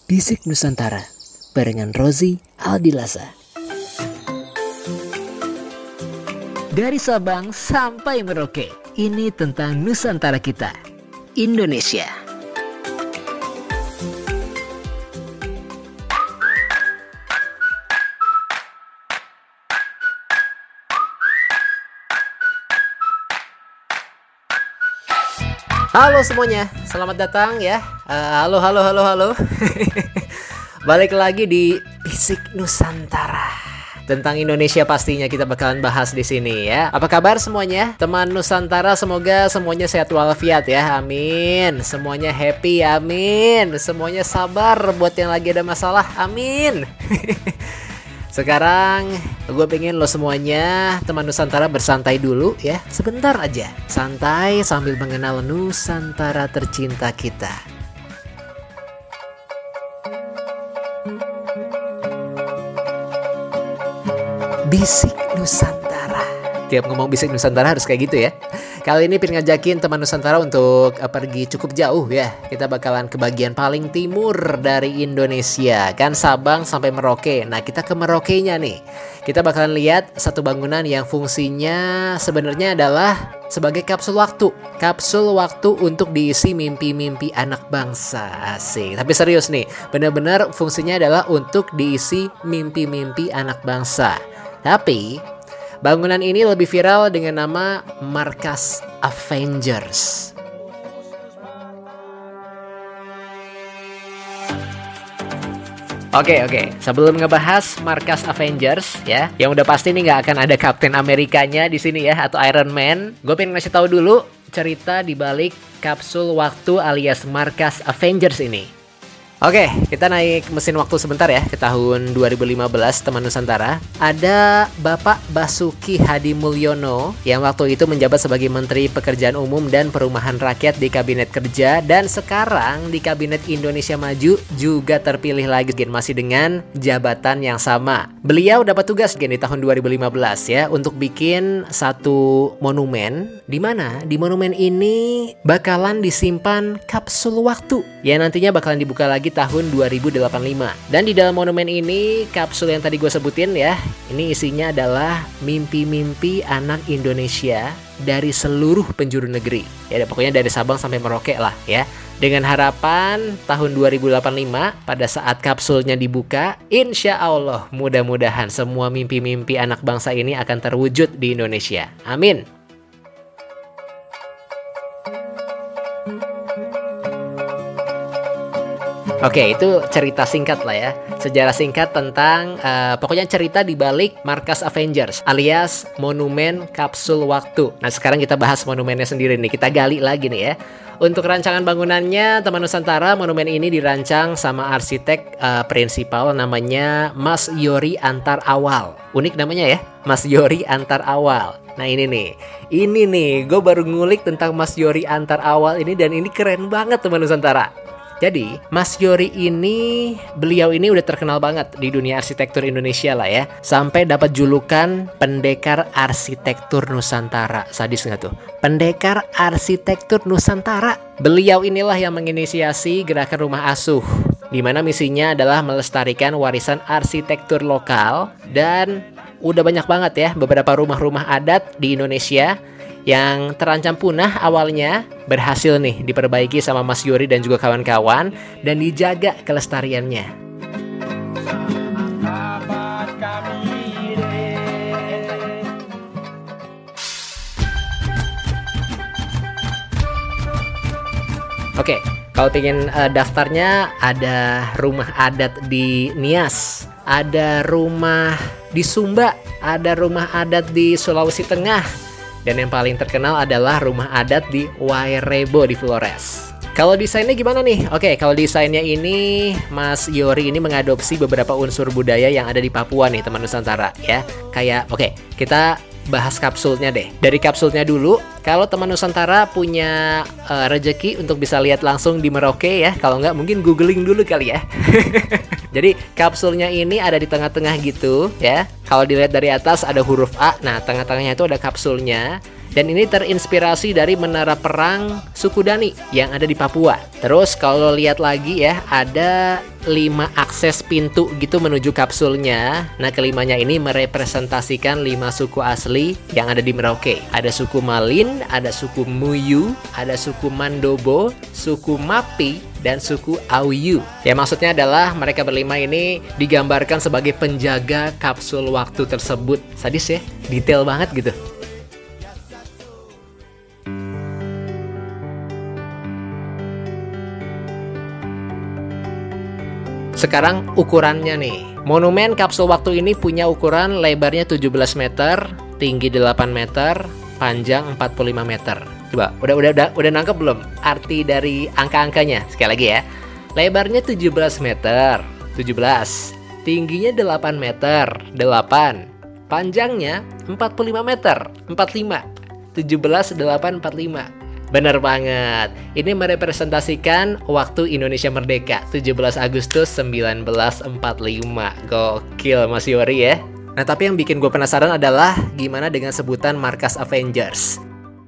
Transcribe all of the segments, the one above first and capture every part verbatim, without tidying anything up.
Bisik Nusantara barengan Rozi Aldilasa. Dari Sabang sampai Merauke, ini tentang Nusantara kita, Indonesia. Halo semuanya, selamat datang ya. Uh, halo, halo, halo, halo. Balik lagi di Bisik Nusantara. Tentang Indonesia pastinya kita bakalan bahas di sini ya. Apa kabar semuanya? Teman Nusantara, semoga semuanya sehat walafiat ya. Amin. Semuanya happy, amin. Semuanya sabar buat yang lagi ada masalah, amin. Sekarang gue pengen lo semuanya teman Nusantara bersantai dulu ya. Sebentar aja. Santai sambil mengenal Nusantara tercinta kita. Bisik Nusantara. Tiap ngomong Bisik Nusantara harus kayak gitu ya. Kali ini pengen ngajakin teman Nusantara untuk uh, pergi cukup jauh ya. Kita bakalan ke bagian paling timur dari Indonesia. Kan Sabang sampai Merauke. Nah kita ke Merauke-nya nih. Kita bakalan lihat satu bangunan yang fungsinya sebenarnya adalah sebagai kapsul waktu. Kapsul waktu untuk diisi mimpi-mimpi anak bangsa. Asik. Tapi serius nih. Benar-benar fungsinya adalah untuk diisi mimpi-mimpi anak bangsa. Tapi bangunan ini lebih viral dengan nama Markas Avengers. Oke oke, sebelum ngebahas Markas Avengers ya, yang udah pasti nih nggak akan ada Captain Amerikanya di sini ya atau Iron Man. Gue pengen ngasih tahu dulu cerita di balik kapsul waktu alias Markas Avengers ini. Oke, kita naik mesin waktu sebentar ya ke tahun dua ribu lima belas teman Nusantara. Ada Bapak Basuki Hadi Mulyono yang waktu itu menjabat sebagai Menteri Pekerjaan Umum dan Perumahan Rakyat di Kabinet Kerja, dan sekarang di Kabinet Indonesia Maju juga terpilih lagi masih dengan jabatan yang sama. Beliau dapat tugas di tahun dua ribu lima belas ya untuk bikin satu monumen, di mana di monumen ini bakalan disimpan kapsul waktu yang nantinya bakalan dibuka lagi tahun dua ribu delapan puluh lima. Dan di dalam monumen ini, kapsul yang tadi gue sebutin ya, ini isinya adalah mimpi-mimpi anak Indonesia dari seluruh penjuru negeri. Ya pokoknya dari Sabang sampai Merauke lah ya. Dengan harapan tahun dua ribu delapan puluh lima pada saat kapsulnya dibuka, insya Allah mudah-mudahan semua mimpi-mimpi anak bangsa ini akan terwujud di Indonesia. Amin. Oke, itu cerita singkat lah ya. Sejarah singkat tentang uh, pokoknya cerita di balik Markas Avengers alias Monumen Kapsul Waktu. Nah, sekarang kita bahas monumennya sendiri nih. Kita gali lagi nih ya. Untuk rancangan bangunannya, teman Nusantara, monumen ini dirancang sama arsitek uh, prinsipal namanya Mas Yori Antar Awal. Unik namanya ya, Mas Yori Antar Awal. Nah ini nih, ini nih, gue baru ngulik tentang Mas Yori Antar Awal ini dan ini keren banget teman Nusantara. Jadi, Mas Yori ini, beliau ini udah terkenal banget di dunia arsitektur Indonesia lah ya. Sampai dapat julukan Pendekar Arsitektur Nusantara. Sadis nggak tuh? Pendekar Arsitektur Nusantara. Beliau inilah yang menginisiasi gerakan rumah asuh, di mana misinya adalah melestarikan warisan arsitektur lokal. Dan udah banyak banget ya beberapa rumah-rumah adat di Indonesia yang terancam punah awalnya berhasil nih diperbaiki sama Mas Yori dan juga kawan-kawan dan dijaga kelestariannya. Oke, kalau pengen uh, daftarnya ada rumah adat di Nias, ada rumah di Sumba, ada rumah adat di Sulawesi Tengah. Dan yang paling terkenal adalah rumah adat di Wairebo di Flores. Kalau desainnya gimana nih? Oke, kalau desainnya ini Mas Yori ini mengadopsi beberapa unsur budaya yang ada di Papua nih teman Nusantara ya. Kayak oke, kita bahas kapsulnya deh. Dari kapsulnya dulu, kalau teman Nusantara punya uh, rezeki untuk bisa lihat langsung di Merauke ya. Kalau nggak mungkin googling dulu kali ya. Jadi kapsulnya ini ada di tengah-tengah gitu ya. Kalau dilihat dari atas ada huruf A, nah tengah-tengahnya itu ada kapsulnya. Dan ini terinspirasi dari menara perang suku Dani yang ada di Papua. Terus kalau lihat lagi ya, ada lima akses pintu gitu menuju kapsulnya. Nah, kelimanya ini merepresentasikan lima suku asli yang ada di Merauke. Ada suku Malin, ada suku Muyu, ada suku Mandobo, suku Mapi, dan suku Auyu. Ya, maksudnya adalah mereka berlima ini digambarkan sebagai penjaga kapsul waktu tersebut. Sadis ya, detail banget gitu. Sekarang ukurannya nih. Monumen kapsul waktu ini punya ukuran lebarnya tujuh belas meter, tinggi delapan meter, panjang empat puluh lima meter. Coba, udah udah udah udah nangkep belum arti dari angka-angkanya? Sekali lagi ya. Lebarnya tujuh belas meter, tujuh belas. Tingginya delapan meter, delapan. Panjangnya empat puluh lima meter, empat puluh lima. tujuh belas, delapan, empat puluh lima. Bener banget. Ini merepresentasikan waktu Indonesia merdeka tujuh belas Agustus seribu sembilan ratus empat puluh lima. Gokil Mas Yori ya. Nah, tapi yang bikin gue penasaran adalah gimana dengan sebutan markas Avengers.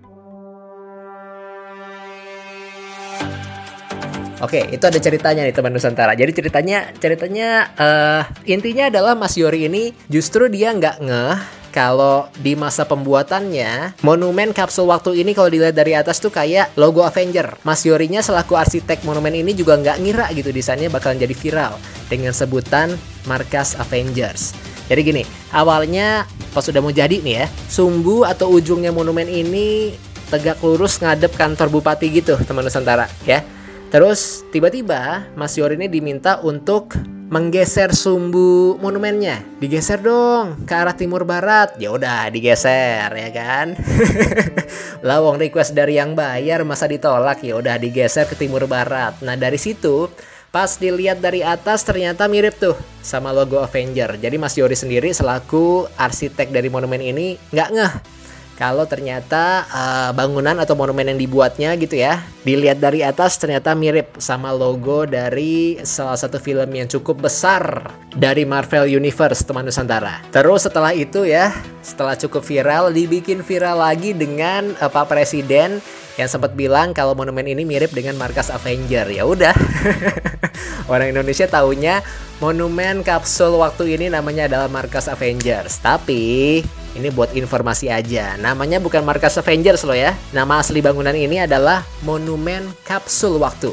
Oke, itu ada ceritanya nih teman Nusantara. Jadi ceritanya, ceritanya uh, intinya adalah Mas Yori ini justru dia nggak ngeh kalau di masa pembuatannya monumen kapsul waktu ini kalau dilihat dari atas tuh kayak logo Avenger. Mas Yorinya selaku arsitek monumen ini juga nggak ngira gitu desainnya bakalan jadi viral dengan sebutan markas Avengers. Jadi gini, awalnya pas sudah mau jadi nih ya, sumbu atau ujungnya monumen ini tegak lurus ngadep kantor bupati gitu teman Nusantara ya. Terus tiba-tiba Mas Yori ini diminta untuk menggeser sumbu monumennya. Digeser dong ke arah timur barat. Ya udah digeser ya kan. Lawang request dari yang bayar masa ditolak, ya udah digeser ke timur barat. Nah, dari situ pas dilihat dari atas ternyata mirip tuh sama logo Avenger. Jadi Mas Yori sendiri selaku arsitek dari monumen ini nggak ngeh kalau ternyata uh, bangunan atau monumen yang dibuatnya gitu ya, dilihat dari atas ternyata mirip sama logo dari salah satu film yang cukup besar dari Marvel Universe teman Nusantara. Terus setelah itu ya, setelah cukup viral, dibikin viral lagi dengan uh, Pak Presiden yang sempat bilang kalau monumen ini mirip dengan markas Avenger. Ya udah. Orang Indonesia taunya monumen kapsul waktu ini namanya adalah markas Avengers. Tapi ini buat informasi aja, namanya bukan markas Avengers loh ya. Nama asli bangunan ini adalah Monumen Kapsul Waktu.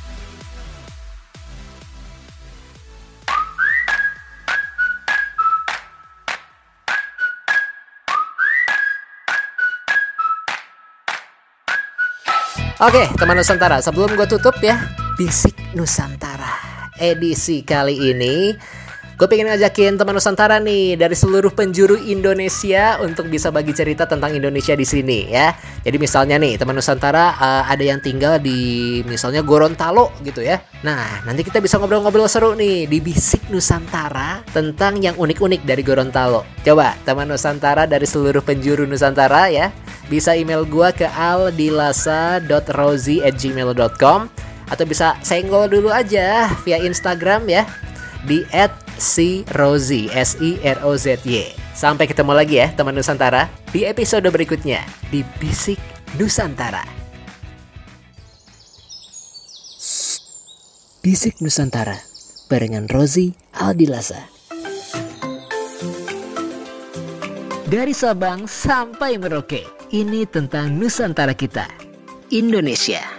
Oke, teman Nusantara, sebelum gue tutup ya, Bisik Nusantara edisi kali ini gue pengen ngajakin teman Nusantara nih dari seluruh penjuru Indonesia untuk bisa bagi cerita tentang Indonesia di sini ya. Jadi misalnya nih teman Nusantara uh, ada yang tinggal di misalnya Gorontalo gitu ya. Nah, nanti kita bisa ngobrol-ngobrol seru nih di Bisik Nusantara tentang yang unik-unik dari Gorontalo. Coba teman Nusantara dari seluruh penjuru Nusantara ya, bisa email gue ke aldilasa dot rozi at gmail dot com atau bisa senggol dulu aja via Instagram ya di et sirozy, S I R O Z Y. Sampai ketemu lagi ya teman Nusantara di episode berikutnya di Bisik Nusantara. Bisik Nusantara barengan Rozi Aldilasa. Dari Sabang sampai Merauke, ini tentang Nusantara kita, Indonesia.